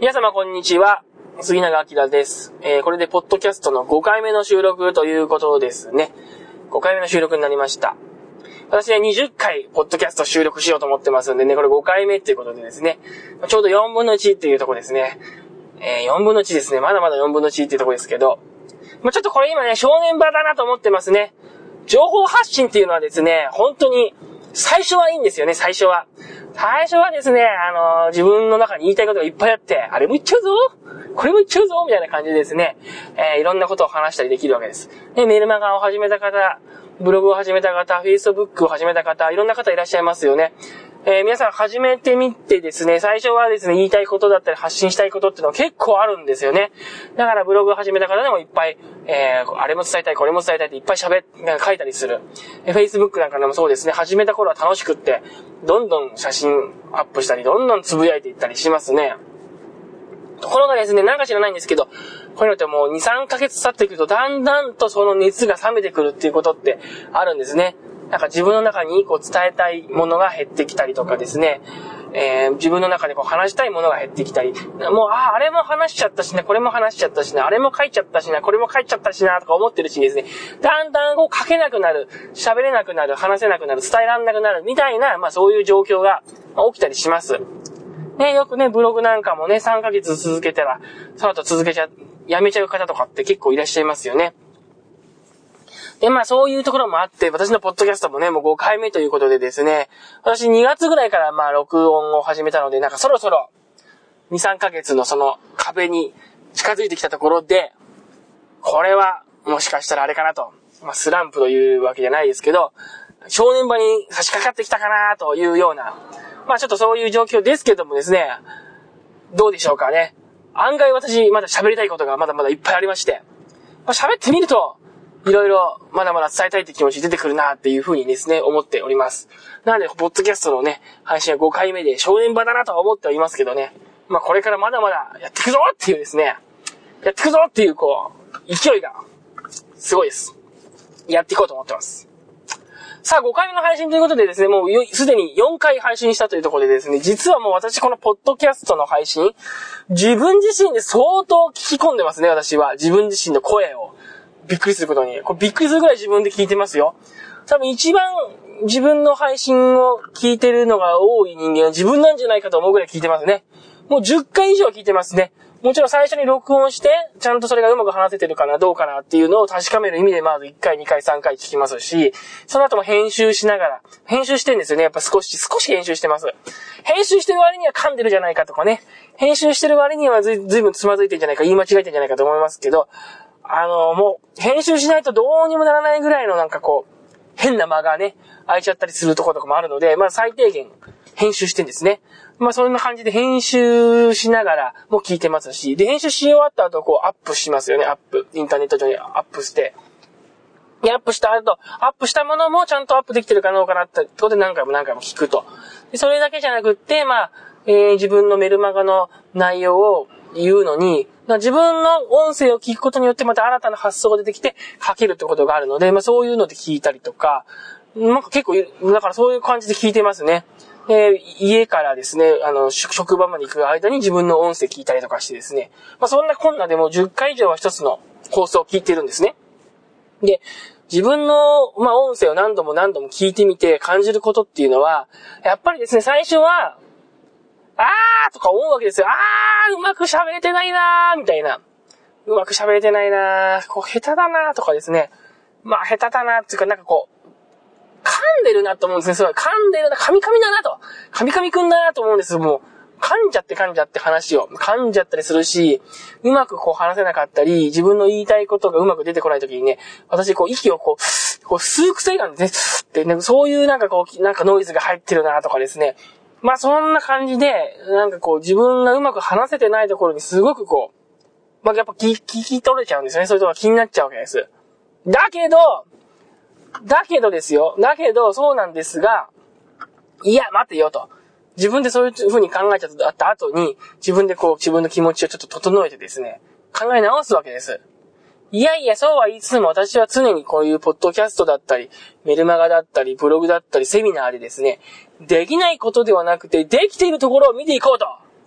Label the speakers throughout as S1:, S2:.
S1: 皆様こんにちは。杉永明です。これでポッドキャストの5回目の収録ということですね。5回目の収録になりました。私は20回ポッドキャスト収録しようと思ってますんでね、これ5回目っていうことでですね、ちょうど4分の1っていうところですね。4分の1ですね。まだまだ4分の1っていうところですけど、ちょっとこれ今ね、正念場だなと思ってますね。情報発信っていうのはですね、本当に最初はいいんですよね、最初はですね、自分の中に言いたいことがいっぱいあって、あれも言っちゃうぞこれも言っちゃうぞみたいな感じでですね、いろんなことを話したりできるわけです。で、メルマガを始めた方、ブログを始めた方、Facebook を始めた方、いろんな方いらっしゃいますよね。皆さん始めてみてですね、最初はですね、言いたいことだったり発信したいことっていうのは結構あるんですよね。だからブログを始めた方でもいっぱい、あれも伝えたい、これも伝えたいっていっぱい書いたりする。Facebook なんかでもそうですね、始めた頃は楽しくって、どんどん写真アップしたり、どんどんつぶやいていったりしますね。ところがですね、なんか知らないんですけど、こういうのってもう2、3ヶ月経ってくると、だんだんとその熱が冷めてくるっていうことってあるんですね。なんか自分の中にこう伝えたいものが減ってきたりとかですね、自分の中でこう話したいものが減ってきたり、もう、あれも話しちゃったしね、これも話しちゃったしね、あれも書いちゃったしな、これも書いちゃったしな、とか思ってるうちにですね、だんだんこう書けなくなる、喋れなくなる、話せなくなる、伝えられなくなる、みたいな、そういう状況が起きたりします。ね、よくね、ブログなんかもね、3ヶ月続けたら、その後やめちゃう方とかって結構いらっしゃいますよね。で、そういうところもあって、私のポッドキャストもね、もう5回目ということでですね、私2月ぐらいから録音を始めたので、なんかそろそろ2、3ヶ月のその壁に近づいてきたところで、これはもしかしたらあれかなと、スランプというわけじゃないですけど、正念場に差し掛かってきたかなというような、ちょっとそういう状況ですけどもですね、どうでしょうかね。案外私まだ喋りたいことがまだまだいっぱいありまして、喋ってみると、いろいろまだまだ伝えたいって気持ち出てくるなっていうふうにですね、思っております。なので、ポッドキャストのね、配信は5回目で正念場だなとは思っておりますけどね。これからまだまだやっていくぞっていうですね、やっていくぞっていう勢いが、すごいです。やっていこうと思ってます。さあ、5回目の配信ということでですね、もうすでに4回配信したというところでですね、実はもう私このポッドキャストの配信、自分自身で相当聞き込んでますね、私は。自分自身の声を。びっくりすることに。びっくりするぐらい自分で聞いてますよ。多分一番自分の配信を聞いてるのが多い人間は自分なんじゃないかと思うぐらい聞いてますね。もう10回以上聞いてますね。もちろん最初に録音して、ちゃんとそれがうまく話せてるかな、どうかなっていうのを確かめる意味でまず1回、2回、3回聞きますし、その後も編集しながら、編集してるんですよね。やっぱ少し編集してます。編集してる割には噛んでるじゃないかとかね。編集してる割にはずいぶんつまずいてるんじゃないか、言い間違えてるんじゃないかと思いますけど、もう、編集しないとどうにもならないぐらいの変な間がね、空いちゃったりするところとかもあるので、最低限、編集してんですね。そんな感じで編集しながらも聞いてますし、で、編集し終わった後、アップしますよね、インターネット上にアップして。で、アップした後、アップしたものもちゃんとアップできてるかどうかなってことで何回も聞くと。で、それだけじゃなくって、自分のメルマガの内容を言うのに、自分の音声を聞くことによってまた新たな発想が出てきて書けるってことがあるので、そういうので聞いたりとか、結構、だからそういう感じで聞いてますね。家からですね、職場まで行く間に自分の音声聞いたりとかしてですね、そんなこんなでも10回以上は一つの放送を聞いてるんですね。で、自分の、音声を何度も聞いてみて感じることっていうのは、やっぱりですね、最初は、とか思うわけですよ。うまく喋れてないなーみたいな。うまく喋れてないなー下手だなーとかですね。下手だなーっていうか、噛んでるなと思うんですね。すごい。噛んでるな、噛みだなと。噛みくんだなと思うんです。もう、噛んじゃって話を。噛んじゃったりするし、うまく話せなかったり、自分の言いたいことがうまく出てこないときにね、私息を吸う癖があるんですね。で、そういうノイズが入ってるなとかですね。そんな感じで、自分がうまく話せてないところにすごくやっぱ聞き取れちゃうんですよね。そういうところが気になっちゃうわけです。だけどですよ。そうなんですが、いや、待てよと。自分でそういう風に考えちゃった後に、自分で自分の気持ちをちょっと整えてですね、考え直すわけです。いやいや、そうは言いつつも私は常にこういうポッドキャストだったり、メルマガだったり、ブログだったり、セミナーでですね、できないことではなくて、できているところを見ていこうと。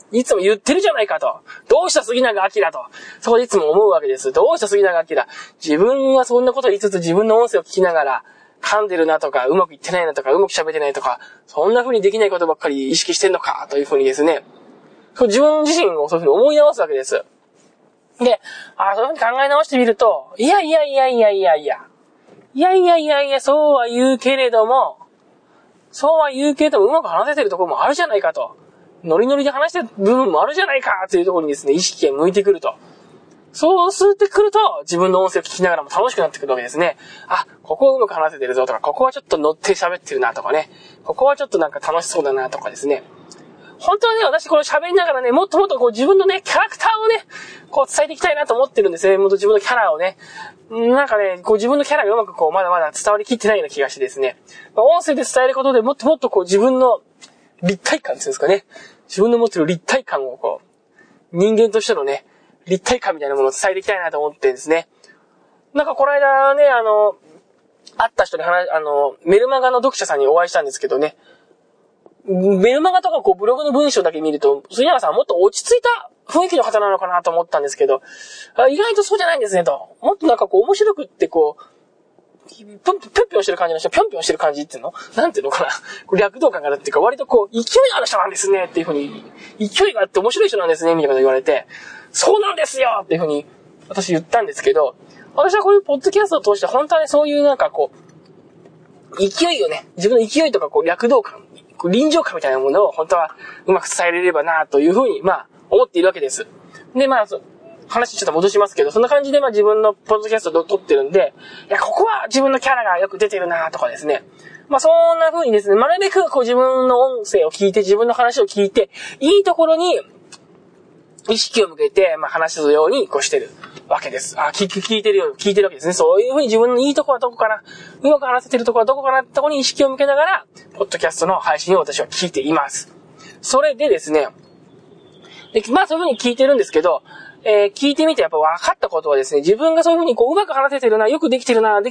S1: いつも言ってるじゃないかと。どうした杉永明と。そこでいつも思うわけです。どうした杉永明。自分はそんなこと言いつつ自分の音声を聞きながら、噛んでるなとか、うまくいってないなとか、うまく喋ってないとか、そんな風にできないことばっかり意識してんのか、という風にですね、自分自身をそういう風に思い直すわけです。で、そういう風に考え直してみると、いや、そうは言うけれども、うまく話せてるところもあるじゃないかと。ノリノリで話してる部分もあるじゃないかというところにですね、意識が向いてくると。そうするってくると、自分の音声を聞きながらも楽しくなってくるわけですね。ここをうまく話せてるぞとか、ここはちょっと乗って喋ってるなとかね。ここはちょっとなんか楽しそうだなとかですね。本当はね、私これ喋りながらね、もっともっとこう自分のね、キャラクターをね、こう伝えていきたいなと思ってるんですね。もっと自分のキャラをね。なんかね、こう自分のキャラがうまくこう、まだまだ伝わりきってないような気がしてですね。音声で伝えることでもっともっとこう自分の立体感っていうんですかね。自分の持ってる立体感をこう、人間としてのね、立体感みたいなものを伝えていきたいなと思ってですね。なんかこの間ね、会った人にメルマガの読者さんにお会いしたんですけどね。メルマガとかこうブログの文章だけ見ると、杉永さんはもっと落ち着いた雰囲気の方なのかなと思ったんですけど、意外とそうじゃないんですねと。もっとなんかこう面白くってこう、ぴょんぴょんしてる感じの人、ぴょんぴょんしてる感じっていうのなんていうのかな。これ躍動感があるっていうか、割とこう、勢いがある人なんですねっていう風に、勢いがあって面白い人なんですねみたいなこと言われて、そうなんですよっていう風に私言ったんですけど、私はこういうポッドキャストを通して本当はね、そういうなんかこう、勢いをね、自分の勢いとかこう、躍動感、臨場感みたいなものを本当はうまく伝えれればなという風に、思っているわけです。で、話ちょっと戻しますけど、そんな感じで自分のポッドキャストを撮ってるんで、いや、ここは自分のキャラがよく出てるなとかですね。そんな風にですね、なるべくこう自分の音声を聞いて、自分の話を聞いて、いいところに意識を向けて、話すようにこうしてるわけです。聞いてるわけですね。そういう風に自分のいいところはどこかな、うまく話せてるところはどこかなってところに意識を向けながら、ポッドキャストの配信を私は聞いています。それでですね、そういう風に聞いてるんですけど、聞いてみてやっぱ分かったことはですね、自分がそういう風にこううまく話せてるな、よくできてるなって、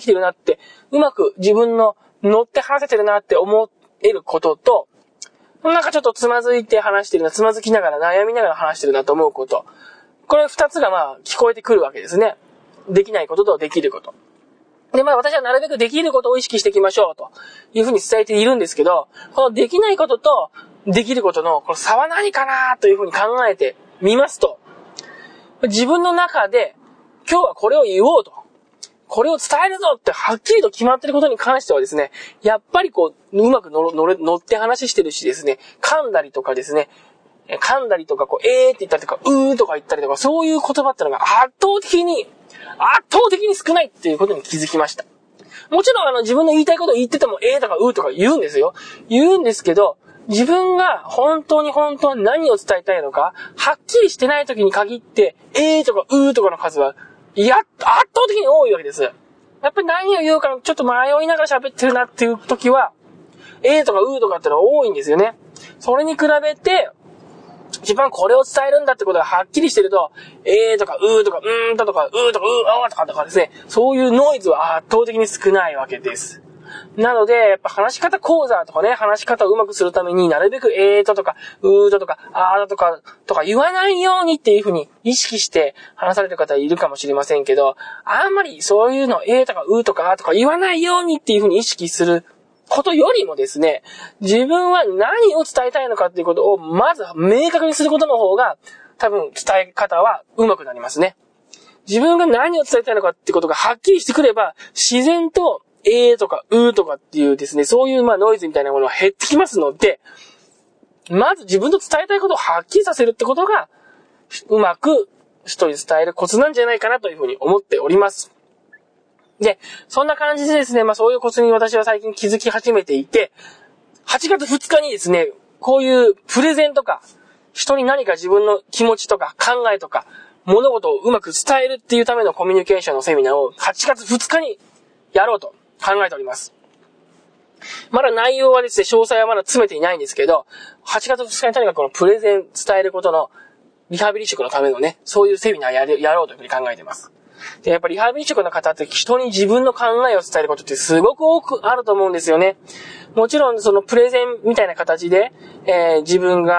S1: うまく自分の乗って話せてるなって思えることと、なんかちょっとつまずいて話してるな、つまずきながら悩みながら話してるなと思うこと。これ二つが聞こえてくるわけですね。できないこととできること。で、私はなるべくできることを意識していきましょうというふうに伝えているんですけど、このできないこととできることのこの差は何かなというふうに考えてみますと、自分の中で今日はこれを言おうと、これを伝えるぞってはっきりと決まっていることに関してはですね、やっぱりこう、うまく乗って話してるしですね、噛んだりとかって言ったりとか、とか言ったりとか、そういう言葉ってのが圧倒的に少ないっていうことに気づきました。もちろん自分の言いたいことを言ってても、とかとか言うんですよ。言うんですけど、自分が本当に何を伝えたいのか、はっきりしてない時に限って、とかとかの数は、圧倒的に多いわけです。やっぱり何を言うかちょっと迷いながら喋ってるなっていう時は、とかとかってのが多いんですよね。それに比べて、自分はこれを伝えるんだってことがはっきりしてると、とかとかとかとかとかですね、そういうノイズは圧倒的に少ないわけです。なので、やっぱ話し方講座とかね、話し方をうまくするためになるべくとかとかとか言わないようにっていう風に意識して話される方いるかもしれませんけど、あんまりそういうのとかとかとか言わないようにっていう風に意識することよりもですね、自分は何を伝えたいのかっていうことをまず明確にすることの方が多分伝え方は上手くなりますね。自分が何を伝えたいのかっていうことがはっきりしてくれば、自然ととかとかっていうですね、そういうノイズみたいなものが減ってきますので、まず自分の伝えたいことをはっきりさせるってことがうまく人に伝えるコツなんじゃないかなというふうに思っております。で、そんな感じでですね、そういうコツに私は最近気づき始めていて、8月2日にですね、こういうプレゼンとか、人に何か自分の気持ちとか考えとか、物事をうまく伝えるっていうためのコミュニケーションのセミナーを8月2日にやろうと考えております。まだ内容はですね、詳細はまだ詰めていないんですけど、8月2日にとにかくこのプレゼン伝えることのリハビリ職のためのね、そういうセミナーやろうというふうに考えています。で、やっぱりリハビリ職の方って人に自分の考えを伝えることってすごく多くあると思うんですよね。もちろんそのプレゼンみたいな形で、自分が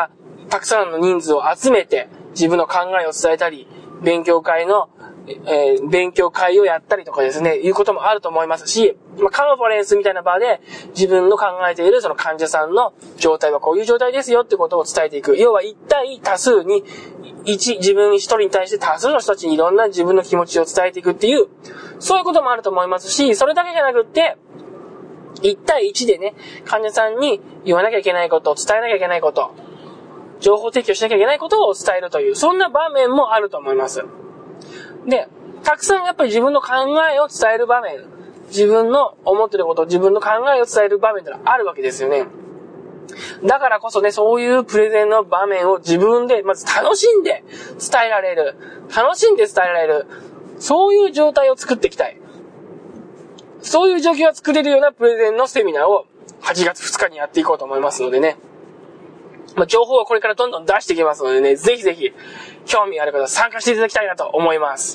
S1: たくさんの人数を集めて自分の考えを伝えたり、勉強会をやったりとかですね、いうこともあると思いますし、カンファレンスみたいな場で自分の考えているその患者さんの状態はこういう状態ですよってことを伝えていく。要は一対多数に、自分一人に対して多数の人たちにいろんな自分の気持ちを伝えていくっていう、そういうこともあると思いますし、それだけじゃなくって、1対1でね、患者さんに言わなきゃいけないこと、伝えなきゃいけないこと、情報提供しなきゃいけないことを伝えるという、そんな場面もあると思います。で、たくさんやっぱり自分の考えを伝える場面、自分の思ってること、自分の考えを伝える場面ってのはあるわけですよね。だからこそね、そういうプレゼンの場面を自分でまず楽しんで伝えられる、そういう状態を作っていきたい。そういう状況が作れるようなプレゼンのセミナーを8月2日にやっていこうと思いますのでね。情報はこれからどんどん出していきますのでね、ぜひぜひ興味ある方は参加していただきたいなと思います。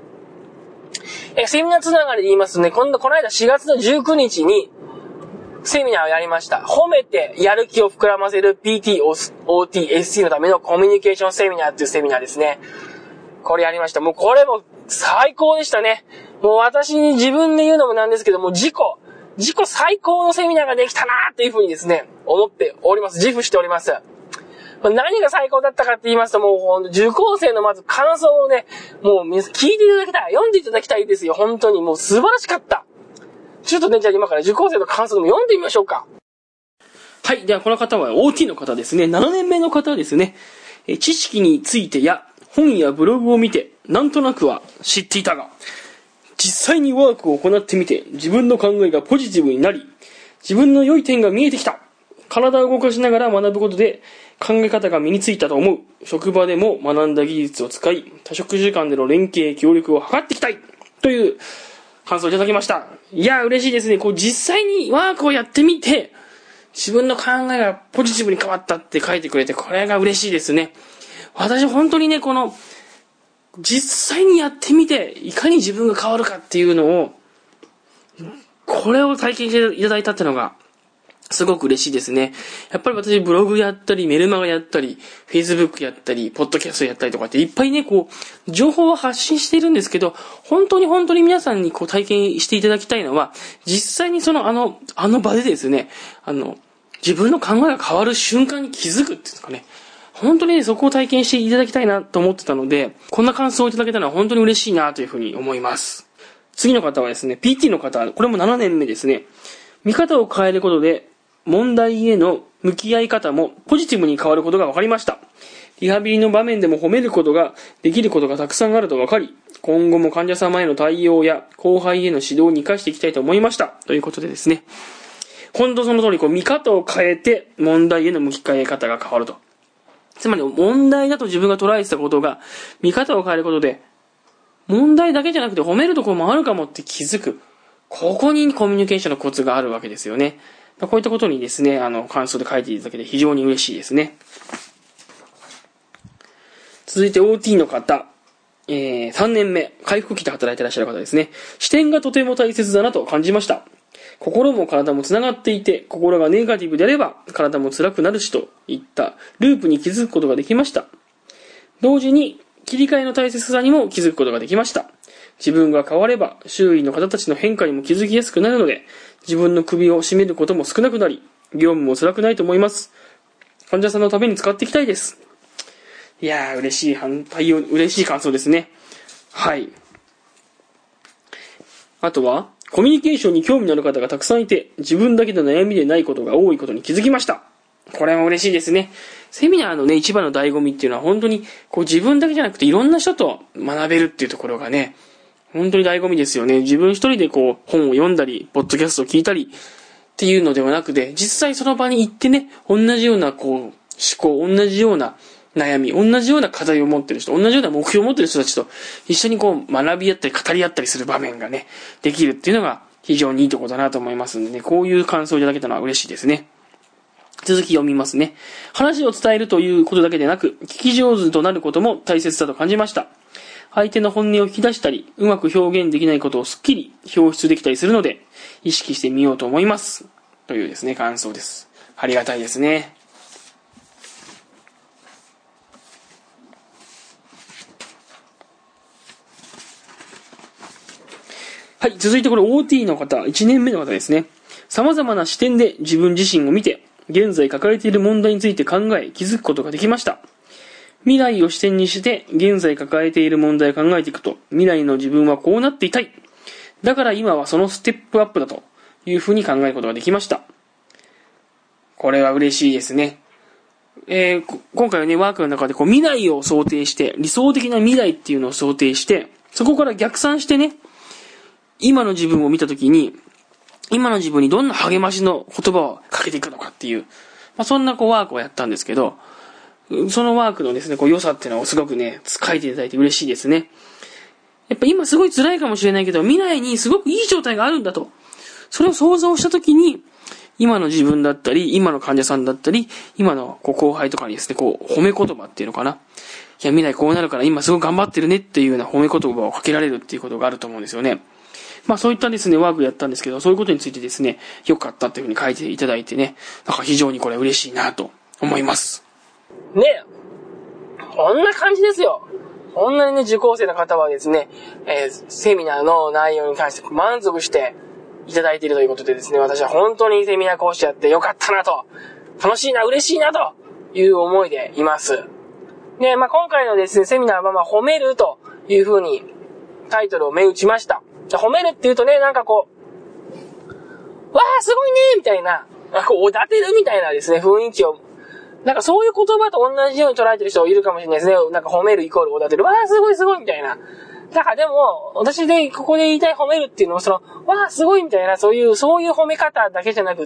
S1: セミナーつながりで言いますとね、この間4月の19日にセミナーをやりました。褒めてやる気を膨らませる PT、OT、ST のためのコミュニケーションセミナーっていうセミナーですね。これやりました。もうこれも最高でしたね。もう私に自分で言うのもなんですけども、自己最高のセミナーができたなーっていうふうにですね、思っております。自負しております。何が最高だったかって言いますと、もう受講生のまず感想をね、もう聞いていただきたい。読んでいただきたいですよ。本当にもう素晴らしかった。ちょっとね、じゃあ今から受講生の感想でも読んでみましょうか。はい。ではこの方は OT の方ですね。7年目の方ですね。知識についてや本やブログを見て、なんとなくは知っていたが、実際にワークを行ってみて、自分の考えがポジティブになり、自分の良い点が見えてきた。体を動かしながら学ぶことで考え方が身についたと思う。職場でも学んだ技術を使い、多職種間での連携、協力を図っていきたい。という感想をいただきました。いや、嬉しいですね。実際にワークをやってみて、自分の考えがポジティブに変わったって書いてくれて、これが嬉しいですね。私本当にね、実際にやってみて、いかに自分が変わるかっていうのを、これを体験していただいたっていうのが、すごく嬉しいですね。やっぱり私ブログやったり、メルマガやったり、Facebook やったり、ポッドキャストやったりとかっていっぱいね、情報を発信しているんですけど、本当に皆さんに体験していただきたいのは、実際にあの場でですね、自分の考えが変わる瞬間に気づくっていうんですかね。本当にね、そこを体験していただきたいなと思ってたので、こんな感想をいただけたのは本当に嬉しいなというふうに思います。次の方はですね、PT の方、これも7年目ですね。見方を変えることで、問題への向き合い方もポジティブに変わることが分かりました。リハビリの場面でも褒めることができることがたくさんあると分かり、今後も患者様への対応や後輩への指導に生かしていきたいと思いました。ということでですね。本当その通り、見方を変えて問題への向き換え方が変わると。つまり問題だと自分が捉えてたことが見方を変えることで、問題だけじゃなくて褒めるところもあるかもって気づく。ここにコミュニケーションのコツがあるわけですよね。こういったことにですね、感想で書いていただけて非常に嬉しいですね。続いて OT の方、3年目、回復期で働いていらっしゃる方ですね。視点がとても大切だなと感じました。心も体もつながっていて、心がネガティブであれば体も辛くなるしといったループに気づくことができました。同時に切り替えの大切さにも気づくことができました。自分が変われば周囲の方たちの変化にも気づきやすくなるので、自分の首を絞めることも少なくなり、業務も辛くないと思います。患者さんのために使っていきたいです。いやー、嬉しい感想ですね。はい。あとは、コミュニケーションに興味のある方がたくさんいて、自分だけの悩みでないことが多いことに気づきました。これも嬉しいですね。セミナーのね、一番の醍醐味っていうのは本当に、自分だけじゃなくていろんな人と学べるっていうところがね、本当に醍醐味ですよね。自分一人で本を読んだり、ポッドキャストを聞いたりっていうのではなくて、実際その場に行ってね、同じような思考、同じような悩み、同じような課題を持ってる人、同じような目標を持ってる人たちと一緒に学び合ったり語り合ったりする場面がね、できるっていうのが非常にいいところだなと思いますのでね、こういう感想をいただけたのは嬉しいですね。続き読みますね。話を伝えるということだけでなく、聞き上手となることも大切だと感じました。相手の本音を引き出したり、うまく表現できないことをすっきり表出できたりするので、意識してみようと思います。というですね、感想です。ありがたいですね。 はい、続いてこれ OT の方、1年目の方ですね。様々な視点で自分自身を見て、現在抱えている問題について考え、気づくことができました。未来を視点にして、現在抱えている問題を考えていくと、未来の自分はこうなっていたい。だから今はそのステップアップだというふうに考えることができました。これは嬉しいですね。今回はね、ワークの中で未来を想定して、理想的な未来っていうのを想定して、そこから逆算してね、今の自分を見たときに、今の自分にどんな励ましの言葉をかけていくのかっていう、そんなワークをやったんですけど、そのワークのですね、良さっていうのをすごくね、書いていただいて嬉しいですね。やっぱ今すごい辛いかもしれないけど、未来にすごくいい状態があるんだと。それを想像したときに、今の自分だったり、今の患者さんだったり、今の後輩とかにですね、褒め言葉っていうのかな。いや、未来こうなるから今すごく頑張ってるねっていうような褒め言葉をかけられるっていうことがあると思うんですよね。そういったですね、ワークやったんですけど、そういうことについてですね、良かったっていうふうに書いていただいてね、非常にこれ嬉しいなと思います。ねえ。こんな感じですよ。こんなにね、受講生の方はですね、セミナーの内容に関して満足していただいているということでですね、私は本当にセミナー講師やってよかったなと、楽しいな、嬉しいなという思いでいます。で、今回のですね、セミナーは褒めるというふうにタイトルを銘打ちました。褒めるって言うとね、わーすごいねみたいな、おだてるみたいなですね、雰囲気を、そういう言葉と同じように捉えてる人いるかもしれないですね。褒めるイコールおだてる。わーすごいすごいみたいな。でも、私でここで言いたい褒めるっていうのは、わーすごいみたいな、そういう褒め方だけじゃなくって、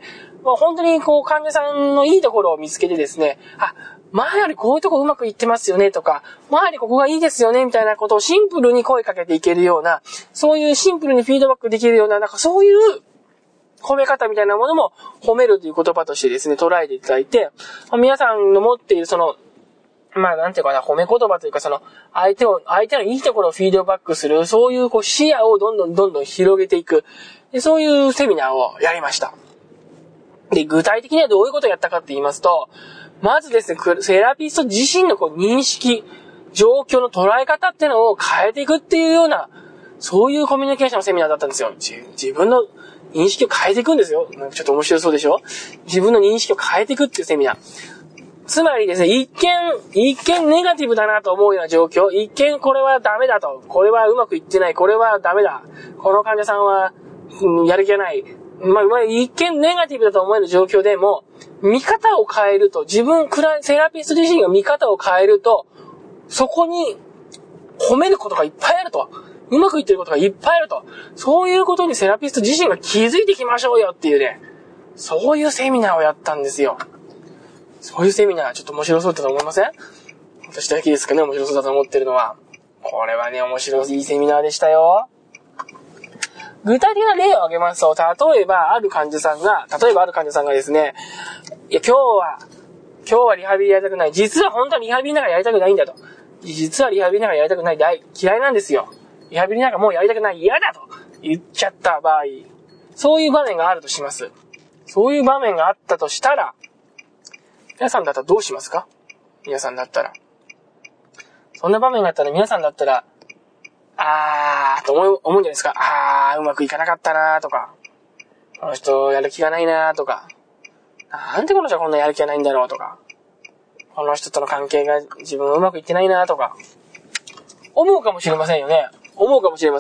S1: 本当に患者さんのいいところを見つけてですね、前よりこういうとこうまくいってますよねとか、前よりここがいいですよねみたいなことをシンプルに声かけていけるような、そういうシンプルにフィードバックできるような、そういう褒め方みたいなものも褒めるという言葉としてですね、捉えていただいて、皆さんの持っているなんていうかな、褒め言葉というか相手のいいところをフィードバックする、そういう視野をどんどん広げていく、そういうセミナーをやりました。で、具体的にはどういうことをやったかって言いますと、まずですね、セラピスト自身の認識、状況の捉え方っていうのを変えていくっていうような、そういうコミュニケーションセミナーだったんですよ。自分の認識を変えていくんですよ。ちょっと面白そうでしょ？自分の認識を変えていくっていうセミナー。つまりですね、一見ネガティブだなと思うような状況、一見これはダメだと、これはうまくいってない、これはダメだ、この患者さんは、やる気がない、一見ネガティブだと思える状況でも、見方を変えると、セラピスト自身が見方を変えると、そこに褒めることがいっぱいあると。うまくいってることがいっぱいあると。そういうことにセラピスト自身が気づいていきましょうよっていうね、そういうセミナーをやったんですよ。そういうセミナーちょっと面白そうだと思いません？私だけですかね、面白そうだと思ってるのは。これはね、面白いセミナーでしたよ。具体的な例を挙げますと、例えばある患者さんがですね、いや、今日はリハビリやりたくない。実は本当はリハビリなんかやりたくないんだと。実はリハビリなんかやりたくない。嫌いなんですよ。リハビリなんかもうやりたくない。嫌だと言っちゃった場合、そういう場面があるとします。そういう場面があったとしたら、皆さんだったらどうしますか？皆さんだったら。そんな場面があったら皆さんだったら、と思うんじゃないですか。うまくいかなかったなとか、この人やる気がないなとか、なんでこの人はこんなやる気がないんだろうとか、この人との関係が自分はうまくいってないなとか、思うかもしれませんよね。思うかもしれ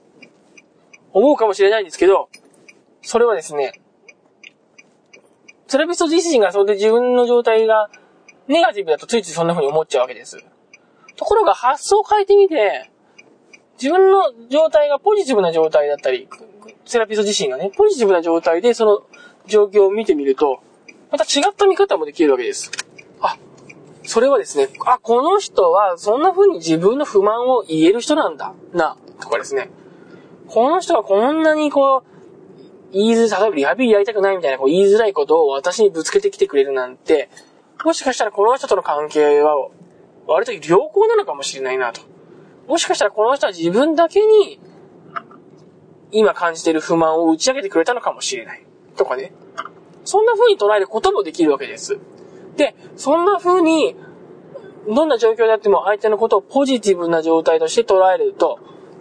S1: ないんですけど、それはですね、セラピスト自身がそれで自分の状態がネガティブだとついついそんな風に思っちゃうわけです。ところが発想を変えてみて、自分の状態がポジティブな状態だったり、セラピスト自身がね、ポジティブな状態でその状況を見てみると、また違った見方もできるわけです。それはですね、この人はそんな風に自分の不満を言える人なんだな、とかですね。この人はこんなに例えばリハビリやりたくないみたいな言いづらいことを私にぶつけてきてくれるなんて、もしかしたらこの人との関係は割と良好なのかもしれないなと。もしかしたらこの人は自分だけに今感じている不満を打ち明けてくれたのかもしれない。とかね。そんな風に捉えることもできるわけです。で、そんな風に、どんな状況であっても相手のことをポジティブな状態として捉えると、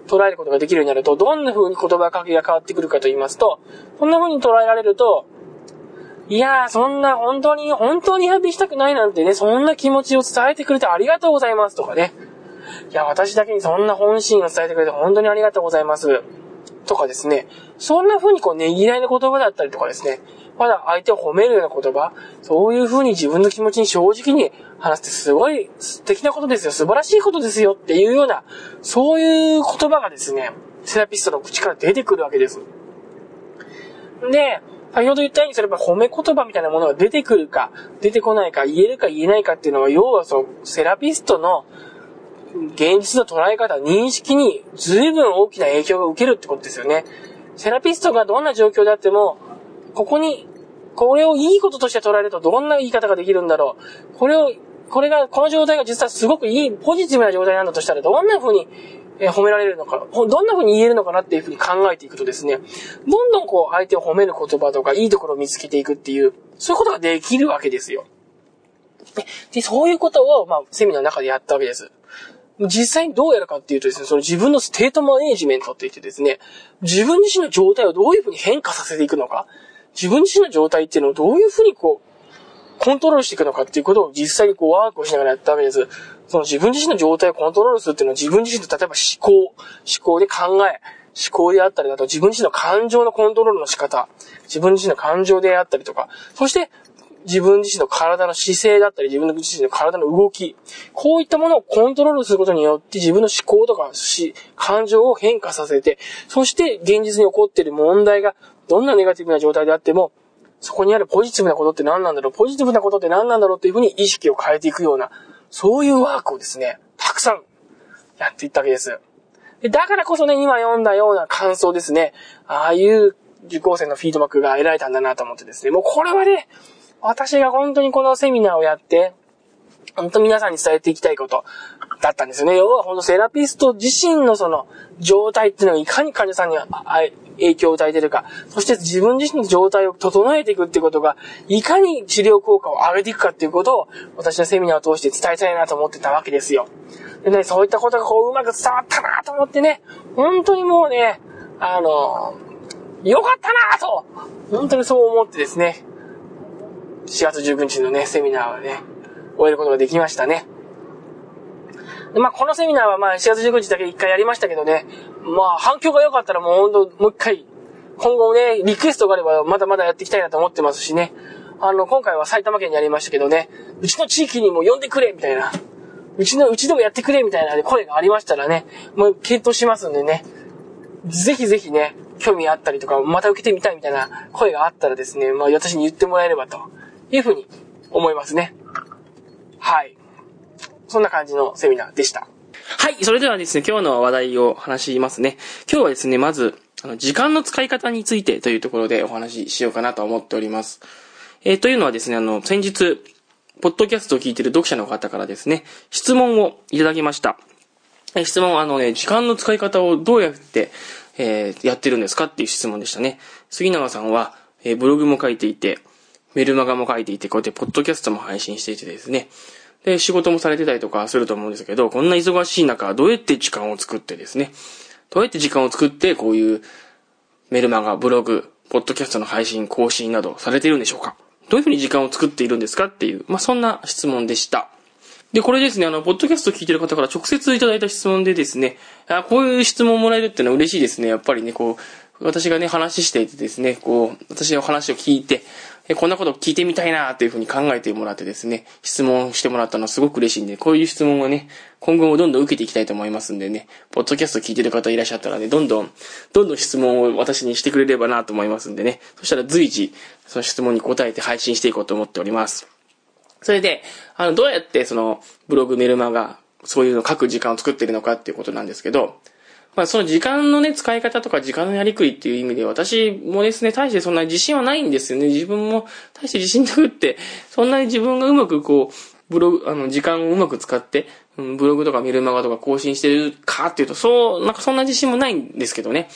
S1: 捉えることができるようになると、どんな風に言葉かけが変わってくるかと言いますと、こんな風に捉えられると、いやー、そんな本当にリハビリしたくないなんてね、そんな気持ちを伝えてくれてありがとうございますとかね。いや、私だけにそんな本心を伝えてくれて本当にありがとうございます。とかですね。そんな風にねぎらいの言葉だったりとかですね。まだ相手を褒めるような言葉。そういう風に自分の気持ちに正直に話してすごい素敵なことですよ。素晴らしいことですよっていうような、そういう言葉がですね、セラピストの口から出てくるわけです。で、先ほど言ったようにそれは褒め言葉みたいなものが出てくるか、出てこないか、言えるか言えないかっていうのは、要はセラピストの現実の捉え方、認識に随分大きな影響が受けるってことですよね。セラピストがどんな状況であっても、これをいいこととして捉えるとどんな言い方ができるんだろう。この状態が実はすごくいい、ポジティブな状態なんだとしたら、どんな風に褒められるのか、どんな風に言えるのかなっていう風に考えていくとですね、どんどん相手を褒める言葉とか、いいところを見つけていくっていう、そういうことができるわけですよ。で、そういうことを、セミナーの中でやったわけです。実際にどうやるかっていうとですね、その自分のステートマネージメントって言ってですね、自分自身の状態をどういう風に変化させていくのか、自分自身の状態っていうのをどういう風にコントロールしていくのかっていうことを実際にワークをしながらやったわけです。その自分自身の状態をコントロールするっていうのは自分自身と例えば思考で考え、思考であったりだと自分自身の感情のコントロールの仕方、自分自身の感情であったりとか、そして自分自身の体の姿勢だったり、自分自身の体の動き、こういったものをコントロールすることによって自分の思考とか感情を変化させて、そして現実に起こっている問題がどんなネガティブな状態であっても、そこにあるポジティブなことって何なんだろう、ポジティブなことって何なんだろうっていうふうに意識を変えていくような、そういうワークをですね、たくさんやっていったわけです。でだからこそね、今読んだような感想ですね、ああいう受講生のフィードバックが得られたんだなと思ってですね、もうこれはね、私が本当にこのセミナーをやって、本当皆さんに伝えていきたいことだったんですよね。要は本当セラピスト自身のその状態っていうのがいかに患者さんに影響を与えているか、そして自分自身の状態を整えていくっていうことが、いかに治療効果を上げていくかっていうことを、私はセミナーを通して伝えたいなと思ってたわけですよ。でね、そういったことがうまく伝わったなと思ってね、本当にもうね、よかったなと、本当にそう思ってですね、4月19日のね、セミナーをね、終えることができましたね。でこのセミナーは4月19日だけ1回やりましたけどね、反響が良かったらもう一回、今後ね、リクエストがあればまだまだやっていきたいなと思ってますしね。今回は埼玉県にやりましたけどね、うちの地域にも呼んでくれみたいな、うちでもやってくれみたいな声がありましたらね、もう検討しますんでね、ぜひぜひね、興味あったりとか、また受けてみたいみたいな声があったらですね、私に言ってもらえればというふうに思いますね。はい。そんな感じのセミナーでした。はい。それではですね、今日の話題を話しますね。今日はですね、まず、時間の使い方についてというところでお話ししようかなと思っております。というのはですね、先日、ポッドキャストを聞いている読者の方からですね、質問をいただきました。質問は時間の使い方をどうやって、やってるんですかっていう質問でしたね。杉永さんは、ブログも書いていて、メルマガも書いていて、こうやってポッドキャストも配信していてですね、で、仕事もされてたりとかすると思うんですけど、こんな忙しい中、どうやって時間を作ってですね、どうやって時間を作ってこういうメルマガ、ブログ、ポッドキャストの配信、更新などされているんでしょうか？どういうふうに時間を作っているんですかっていう、そんな質問でした。で、これですね、ポッドキャスト聞いてる方から直接いただいた質問でですね、こういう質問をもらえるっていうのは嬉しいですね。やっぱりね、私がね、話していてですね、私の話を聞いて、こんなこと聞いてみたいなというふうに考えてもらってですね、質問してもらったのはすごく嬉しいんで、こういう質問をね、今後もどんどん受けていきたいと思いますんでね、ポッドキャスト聞いてる方いらっしゃったらね、どんどん質問を私にしてくれればなと思いますんでね、そしたら随時、その質問に答えて配信していこうと思っております。それで、どうやってその、ブログ、メルマガ、そういうの書く時間を作っているのかっていうことなんですけど、その時間のね、使い方とか時間のやりくりっていう意味で私もですね、大してそんな自信はないんですよね。自分も大して自信なくって、そんなに自分がうまくブログ、時間をうまく使って、ブログとかメルマガとか更新してるかっていうと、そんな自信もないんですけどね。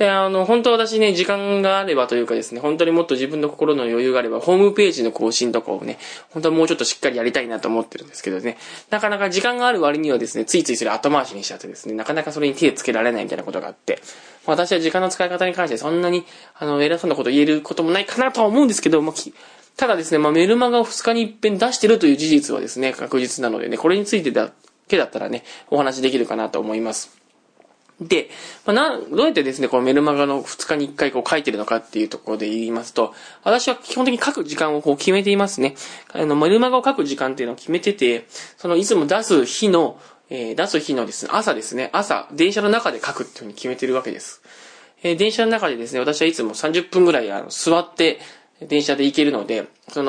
S1: で、本当私ね、時間があればというかですね、本当にもっと自分の心の余裕があれば、ホームページの更新とかをね、本当はもうちょっとしっかりやりたいなと思ってるんですけどね、なかなか時間がある割にはですね、ついついそれ後回しにしちゃってですね、なかなかそれに手をつけられないみたいなことがあって、私は時間の使い方に関してそんなに、偉そうなこと言えることもないかなとは思うんですけど、ただですね、メルマガを2日に一遍出してるという事実はですね、確実なのでね、これについてだけだったらね、お話できるかなと思います。で、どうやってですね、このメルマガの2日に1回書いてるのかっていうところで言いますと、私は基本的に書く時間を決めていますね。メルマガを書く時間っていうのを決めてて、いつも出す日のですね、朝ですね、電車の中で書くっていうふうに決めてるわけです。電車の中でですね、私はいつも30分ぐらい座って電車で行けるので、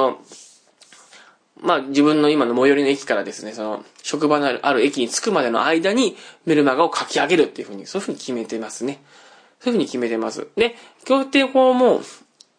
S1: 自分の今の最寄りの駅からですね、職場のある駅に着くまでの間にメルマガを書き上げるっていうふうに、そういうふうに決めてますね。そういうふうに決めてます。で、今日ってもう、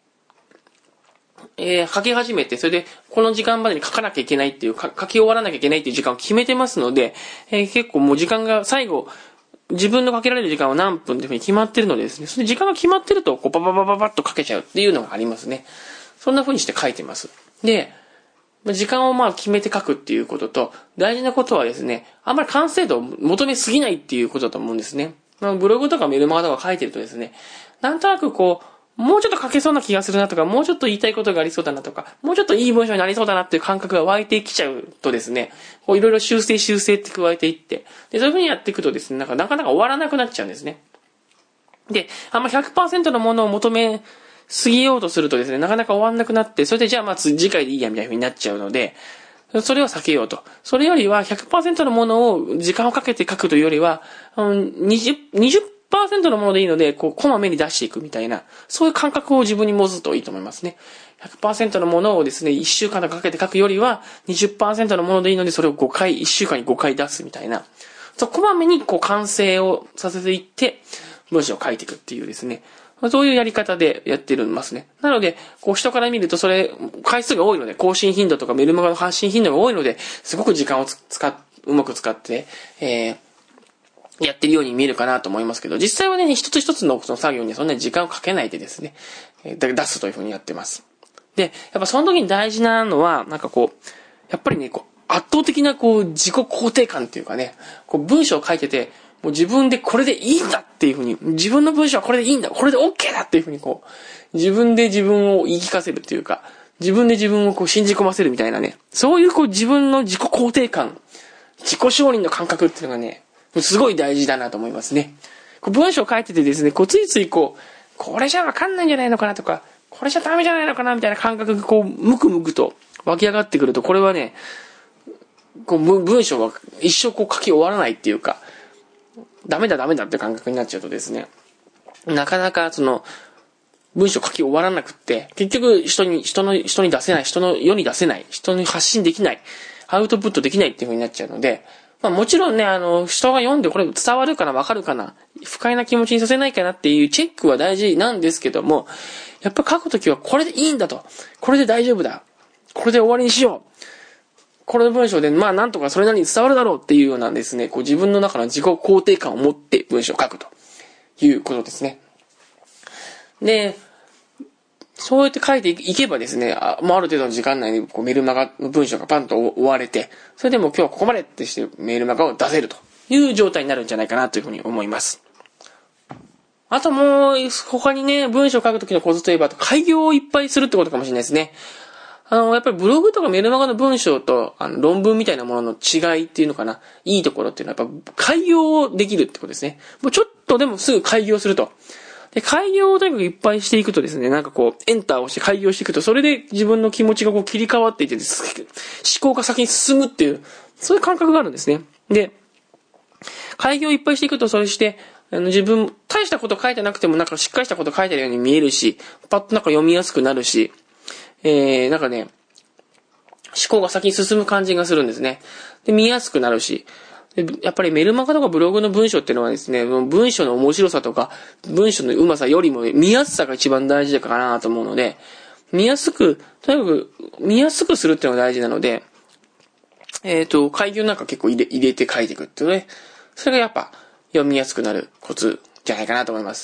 S1: 書き始めて、それで、この時間までに書かなきゃいけないっていう、書き終わらなきゃいけないっていう時間を決めてますので、結構もう時間が最後、自分のかけられる時間は何分っていうふうに決まってるのでですね、それで時間が決まってると、パッと書けちゃうっていうのがありますね。そんなふうにして書いてます。で、時間を決めて書くっていうことと、大事なことはですね、あんまり完成度を求めすぎないっていうことだと思うんですね。ブログとかメルマガとか書いてるとですね、なんとなくもうちょっと書けそうな気がするなとか、もうちょっと言いたいことがありそうだなとか、もうちょっといい文章になりそうだなっていう感覚が湧いてきちゃうとですね、いろいろ修正って加えていって、で、そういう風にやっていくとですね、なかなか終わらなくなっちゃうんですね。で、あんま 100% のものを求め過ぎようとするとですね、なかなか終わんなくなって、それでじゃあ次回でいいやみたいな風になっちゃうので、それを避けようと。それよりは 100% のものを時間をかけて書くというよりは、20% のものでいいので、こまめに出していくみたいな、そういう感覚を自分に持つといいと思いますね。100% のものをですね、1週間かけて書くよりは、20% のものでいいので、それを1週間に5回出すみたいな。こまめに完成をさせていって、文章を書いていくっていうですね。そういうやり方でやってるんますね。なので、人から見ると回数が多いので、更新頻度とかメルマガの発信頻度が多いので、すごく時間をうまく使って、やってるように見えるかなと思いますけど、実際はね、一つ一つの作業にそんなに時間をかけないでですね、出すというふうにやってます。で、やっぱその時に大事なのは、やっぱりね、圧倒的な自己肯定感っていうかね、文章を書いてて、もう自分でこれでいいんだっていうふうに、自分の文章はこれでいいんだ、これで OK だっていうふうに自分で自分を言い聞かせるっていうか、自分で自分を信じ込ませるみたいなね、そういう自分の自己肯定感、自己承認の感覚っていうのがね、すごい大事だなと思いますね。文章を書いててですね、ついついこれじゃわかんないんじゃないのかなとか、これじゃダメじゃないのかなみたいな感覚がムクムクと湧き上がってくると、これはね、文章は一生書き終わらないっていうか、ダメだって感覚になっちゃうとですね、なかなか文章書き終わらなくって、結局人に出せない、人の世に出せない、人に発信できない、アウトプットできないっていう風になっちゃうので、もちろんね、人が読んでこれ伝わるかな、わかるかな、不快な気持ちにさせないかなっていうチェックは大事なんですけども、やっぱ書くときはこれでいいんだと。これで大丈夫だ。これで終わりにしよう。これの文章で、なんとかそれなりに伝わるだろうっていうようなですね、自分の中の自己肯定感を持って文章を書くということですね。で、そうやって書いていけばですね、ある程度の時間内にメルマガの文章がパンと終われて、それでも今日はここまでってしてメルマガを出せるという状態になるんじゃないかなというふうに思います。あともう、他にね、文章を書くときのコツといえば、改行をいっぱいするってことかもしれないですね。やっぱりブログとかメルマガの文章と、論文みたいなものの違いっていうのかな。いいところっていうのは、やっぱ、改行をできるってことですね。もうちょっとでもすぐ改行すると。で、改行をとにかくいっぱいしていくとですね、エンターをして改行していくと、それで自分の気持ちが切り替わっていて、思考が先に進むっていう、そういう感覚があるんですね。で、改行をいっぱいしていくと、それして、自分、大したこと書いてなくてもしっかりしたこと書いてるように見えるし、パッと読みやすくなるし、思考が先に進む感じがするんですね。で、見やすくなるし、でやっぱりメルマガとかブログの文章っていうのはですね、文章の面白さとか、文章の上手さよりも見やすさが一番大事だかなと思うので、とにかく見やすくするっていうのが大事なので、改行結構入れて書いていくっていうね、それがやっぱ読みやすくなるコツじゃないかなと思います。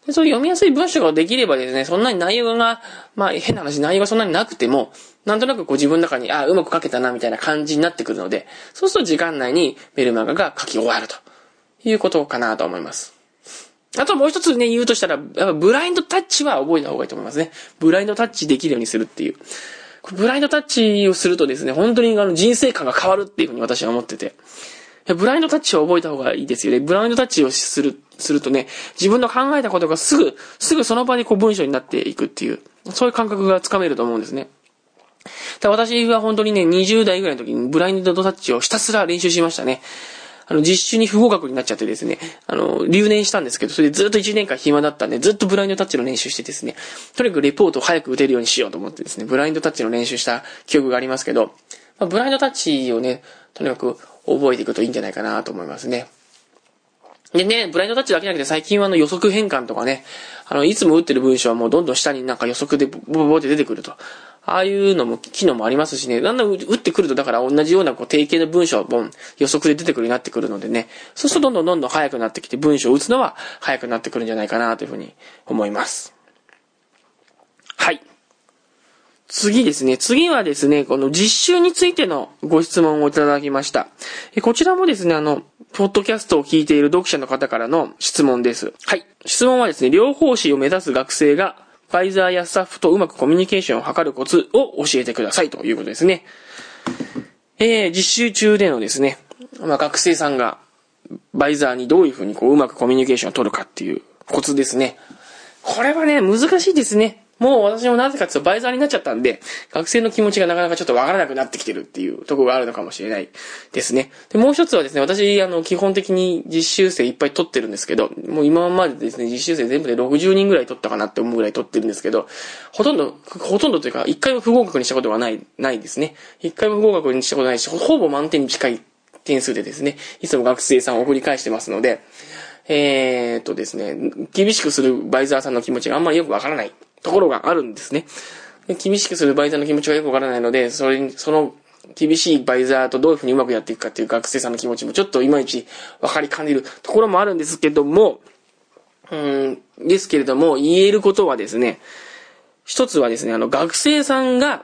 S1: でそういう読みやすい文章ができればですね、そんなに内容が、変な話、内容がそんなになくても、なんとなくこう自分の中に、うまく書けたな、みたいな感じになってくるので、そうすると時間内にメルマガが書き終わるということかなと思います。あともう一つね、言うとしたら、やっぱブラインドタッチは覚えた方がいいと思いますね。ブラインドタッチできるようにするっていう。ブラインドタッチをするとですね、本当に人生観が変わるっていうふうに私は思ってて。ブラインドタッチを覚えた方がいいですよね。ブラインドタッチをするとね、自分の考えたことがすぐその場にこう文章になっていくっていう、そういう感覚がつかめると思うんですね。私は本当にね、20代ぐらいの時にブラインドタッチをひたすら練習しましたね。実習に不合格になっちゃってですね、留年したんですけど、それでずっと1年間暇だったんで、ずっとブラインドタッチの練習してですね、とにかくレポートを早く打てるようにしようと思ってですね、ブラインドタッチの練習した記憶がありますけど、ブラインドタッチをね、とにかく覚えていくといいんじゃないかなと思いますね。でね、ブラインドタッチだけじゃなくて最近は予測変換とかね、いつも打ってる文章はもうどんどん下になんか予測でボボボって出てくると。ああいうのも、機能もありますしね、だんだん打ってくると、だから同じような定型の文章も予測で出てくるようになってくるのでね、そうするとどんどん速くなってきて、文章を打つのは速くなってくるんじゃないかなというふうに思います。はい。次はですね、この実習についてのご質問をいただきました。こちらもですね、ポッドキャストを聞いている読者の方からの質問です。はい。質問はですね、療法士を目指す学生が、バイザーやスタッフとうまくコミュニケーションを図るコツを教えてくださいということですね。実習中でのですね、学生さんがバイザーにどういうふうにうまくコミュニケーションを取るかっていうコツですね。これはね、難しいですね。もう私もなぜかというとバイザーになっちゃったんで、学生の気持ちがなかなかちょっとわからなくなってきてるっていうところがあるのかもしれないですね。で、もう一つはですね、私、基本的に実習生いっぱい取ってるんですけど、もう今までですね、実習生全部で60人ぐらい取ったかなって思うぐらい取ってるんですけど、ほとんどというか、一回も不合格にしたことがないですね。一回も不合格にしたことないし、ほぼ満点に近い点数でですね、いつも学生さんを送り返してますので、ですね、厳しくするバイザーさんの気持ちがあんまりよくわからないところがあるんですね。厳しくするバイザーの気持ちがよくわからないので、その厳しいバイザーとどういうふうにうまくやっていくかっていう学生さんの気持ちもちょっといまいちわかりかねるところもあるんですけども、言えることはですね、一つはですね、学生さんが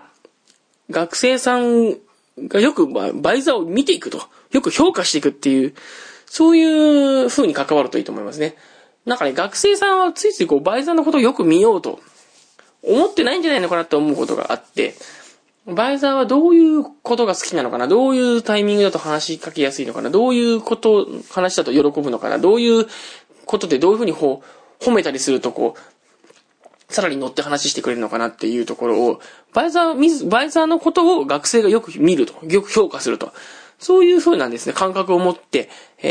S1: よくバイザーを見ていくと、よく評価していくっていう、そういう風に関わるといいと思いますね。なんかね、学生さんはついついバイザーのことをよく見ようと思ってないんじゃないのかなって思うことがあって、バイザーはどういうことが好きなのかな、どういうタイミングだと話しかけやすいのかな、どういう話だと喜ぶのかな、どういうことでどういう風に褒めたりするとさらに乗って話してくれるのかなっていうところを、バイザーのことを学生がよく見ると、よく評価すると。そういう風なんですね、感覚を持って、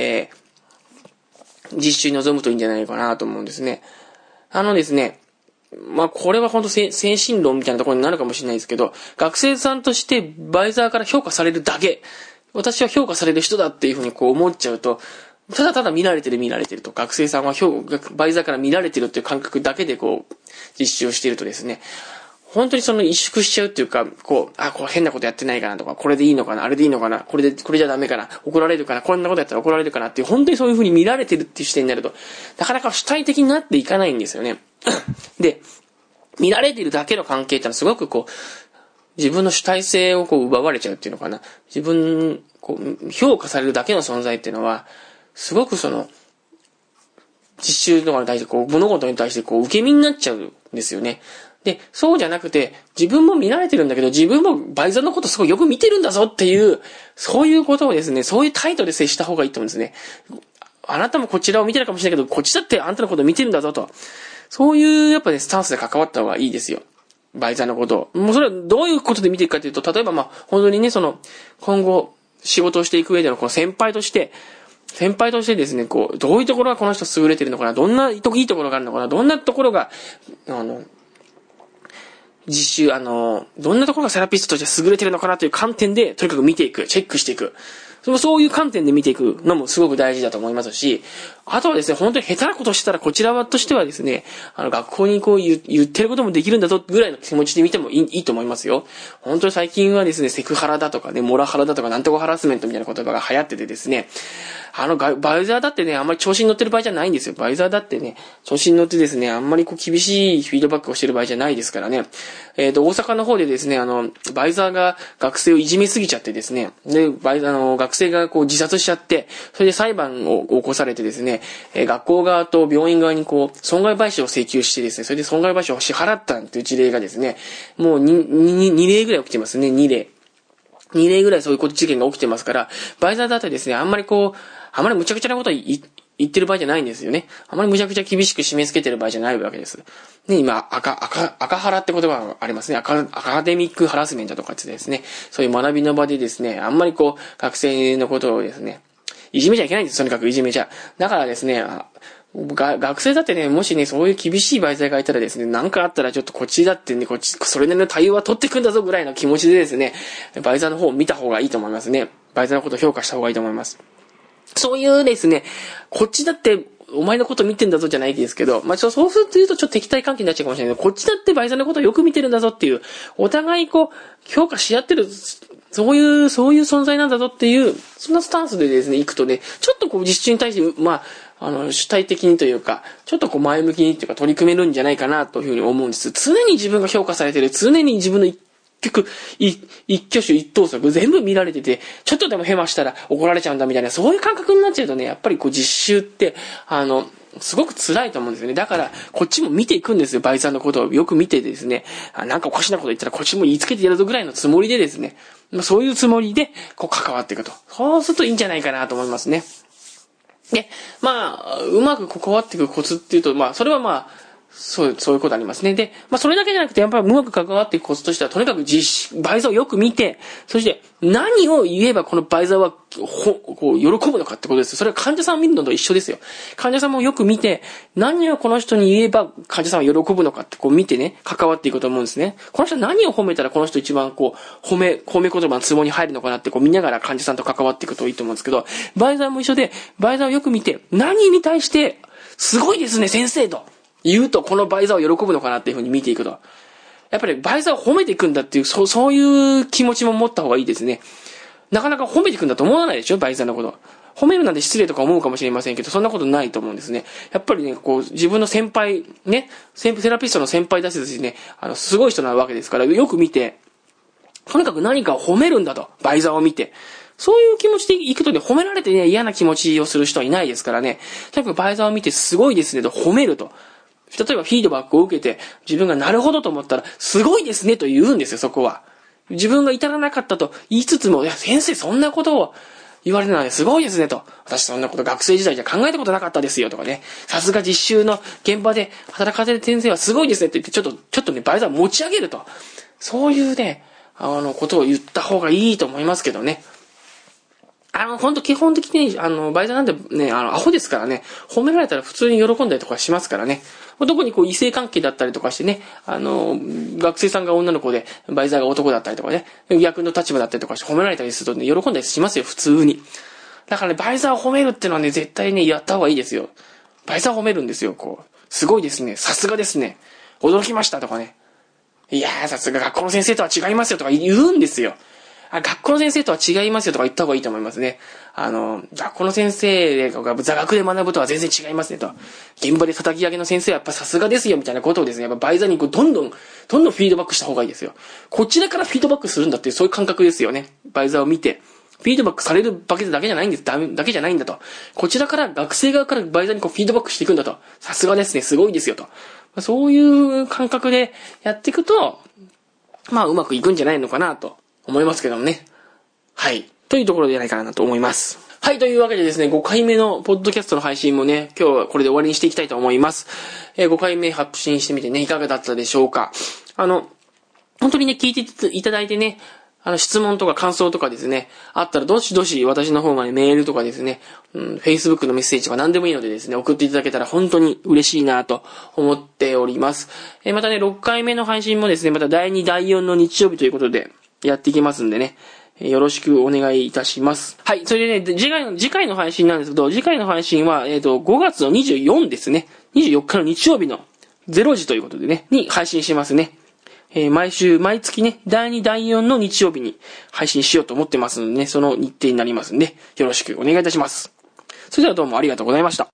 S1: 実習に臨むといいんじゃないかなと思うんですね。ですね、これは本当精神論みたいなところになるかもしれないですけど、学生さんとしてバイザーから評価されるだけ、私は評価される人だっていう風に思っちゃうと、ただただ見られてると、学生さんはバイザーから見られてるっていう感覚だけで実習をしているとですね、本当に萎縮しちゃうっていうか、変なことやってないかなとか、これでいいのかな、あれでいいのかな、これじゃダメかな、怒られるかな、こんなことやったら怒られるかなっていう、本当にそういう風に見られてるっていう視点になると、なかなか主体的になっていかないんですよね。で、見られてるだけの関係ってのはすごく自分の主体性を奪われちゃうっていうのかな。自分、評価されるだけの存在っていうのは、すごく実習とかに対して物事に対して受け身になっちゃうんですよね。で、そうじゃなくて、自分も見られてるんだけど、自分もバイザーのことすごいよく見てるんだぞっていう、そういうことをですね、そういう態度で接した方がいいと思うんですね。あなたもこちらを見てるかもしれないけど、こっちだってあんたのことを見てるんだぞと。そういうやっぱね、スタンスで関わった方がいいですよ。バイザーのことを。もうそれはどういうことで見ていくかというと、例えば本当にね、今後仕事をしていく上での先輩としてですね、どういうところがこの人優れてるのかな、どんないいところがあるのかな、どんなところが、実習、どんなところがセラピストとして優れてるのかなという観点で、とにかく見ていく、チェックしていく。 そういう観点で見ていくのもすごく大事だと思いますし、あとはですね、本当に下手なことしたらこちらとしてはですね、学校にこう言ってることもできるんだぞぐらいの気持ちで見てもいいと思いますよ。本当に最近はですね、セクハラだとかね、モラハラだとかなんとかハラスメントみたいな言葉が流行っててですね、バイザーだってね、あんまり調子に乗ってる場合じゃないんですよ。バイザーだってね、調子に乗ってですね、あんまりこう厳しいフィードバックをしてる場合じゃないですからね。大阪の方でですね、バイザーが学生をいじめすぎちゃってですね、で、学生がこう自殺しちゃって、それで裁判を起こされてですね、学校側と病院側にこう、損害賠償を請求してですね、それで損害賠償を支払ったという事例がですね、もう2例ぐらい起きてますね、2例ぐらいそういう事件が起きてますから、バイザーだってですね、あんまり無茶苦茶なこと言ってる場合じゃないんですよね。あまり無茶苦茶厳しく締め付けてる場合じゃないわけです。ね、今、赤ハラって言葉がありますね。アカデミックハラスメントとかってですね、そういう学びの場でですね、あんまりこう、学生のことをですね、いじめちゃいけないんです。とにかくいじめちゃ。だからですね、学生だってね、もしね、そういう厳しいバイザーがいたらですね、なんかあったらちょっとこっちだってね、それなりの対応は取ってくんだぞぐらいの気持ちでですね、バイザーの方を見た方がいいと思いますね。バイザーのことを評価した方がいいと思います。そういうですね、こっちだって、お前のこと見てんだぞじゃないですけど、そうすると言うとちょっと敵対関係になっちゃうかもしれないけど、こっちだってバイザーのことをよく見てるんだぞっていう、お互いこう、評価し合ってる、そういう存在なんだぞっていう、そんなスタンスでですね、行くとね、ちょっとこう実習に対して、主体的にというか、ちょっとこう前向きにというか取り組めるんじゃないかなというふうに思うんです。常に自分が評価されてる、常に自分の一挙手一投足全部見られてて、ちょっとでもヘマしたら怒られちゃうんだみたいな、そういう感覚になっちゃうとね、やっぱりこう実習って、すごく辛いと思うんですよね。だから、こっちも見ていくんですよ。バイザーのことをよく見てですね、なんかおかしなこと言ったらこっちも言いつけてやるぞぐらいのつもりでですね、そういうつもりで、こう関わっていくと。そうするといいんじゃないかなと思いますね。で、うまく関わっていくコツっていうと、それはそういうことありますね。で、それだけじゃなくて、やっぱりうまく関わっていくコツとしては、とにかくバイザーをよく見て、そして何を言えばこのバイザーはこう喜ぶのかってことです。それは患者さんを見るのと一緒ですよ。患者さんもよく見て、何をこの人に言えば患者さんは喜ぶのかってこう見てね、関わっていくと思うんですね。この人何を褒めたらこの人一番こう、褒め言葉のツボに入るのかなってこう見ながら患者さんと関わっていくといいと思うんですけど、バイザーも一緒で、バイザーをよく見て、何に対して、すごいですね、先生と。言うとこのバイザーを喜ぶのかなっていう風に見ていくと。やっぱりバイザーを褒めていくんだっていう、そういう気持ちも持った方がいいですね。なかなか褒めていくんだと思わないでしょ、バイザーのこと。褒めるなんて失礼とか思うかもしれませんけど、そんなことないと思うんですね。やっぱりね、こう、自分の先輩、ね、セラピストの先輩だしですね、すごい人なわけですから、よく見て、とにかく何かを褒めるんだと、バイザーを見て。そういう気持ちで行くとね、褒められてね、嫌な気持ちをする人はいないですからね、とにかくバイザーを見てすごいですねと褒めると。例えばフィードバックを受けて、自分がなるほどと思ったら、すごいですねと言うんですよ、そこは。自分が至らなかったと言いつつも、いや、先生そんなことを言われるのはすごいですねと。私そんなこと学生時代じゃ考えたことなかったですよとかね。さすが実習の現場で働かせる先生はすごいですねって言って、ちょっとね、バイザー持ち上げると。そういうね、ことを言った方がいいと思いますけどね。ほんと基本的に、バイザーなんてね、アホですからね、褒められたら普通に喜んだりとかしますからね。特にこう異性関係だったりとかしてね、学生さんが女の子で、バイザーが男だったりとかね、逆の立場だったりとかして褒められたりするとね、喜んだりしますよ、普通に。だからね、バイザーを褒めるってのはね、絶対ね、やった方がいいですよ。バイザーを褒めるんですよ、こう。すごいですね、さすがですね、驚きましたとかね。いやー、さすが学校の先生とは違いますよとか言うんですよ。学校の先生とは違いますよとか言った方がいいと思いますね。学校の先生が座学で学ぶとは全然違いますねと。現場で叩き上げの先生はやっぱさすがですよみたいなことをですね、やっぱバイザーにこうどんどんフィードバックした方がいいですよ。こちらからフィードバックするんだっていうそういう感覚ですよね。バイザーを見て。フィードバックされるだけじゃないんです。だけじゃないんだと。こちらから学生側からバイザーにこうフィードバックしていくんだと。さすがですね、すごいですよと。そういう感覚でやっていくと、うまくいくんじゃないのかなと思いますけどもね。はい。というところではないかなと思います。はい。というわけでですね、5回目のポッドキャストの配信もね、今日はこれで終わりにしていきたいと思います。5回目発信してみてね、いかがだったでしょうか。本当にね、聞いていただいてね、質問とか感想とかですね、あったらどしどし私の方までメールとかですね、Facebook のメッセージとか何でもいいのでですね、送っていただけたら本当に嬉しいなと思っております。またね、6回目の配信もですね、また第2、第4の日曜日ということでやっていきますんでね、 よろしくお願いいたします。はい。それでね、次回の配信なんですけど、次回の配信は、5月の24ですね。24日の日曜日の0時ということでね、に配信しますね。毎月ね、第2、第4の日曜日に配信しようと思ってますのでね、その日程になりますんで、よろしくお願いいたします。それではどうもありがとうございました。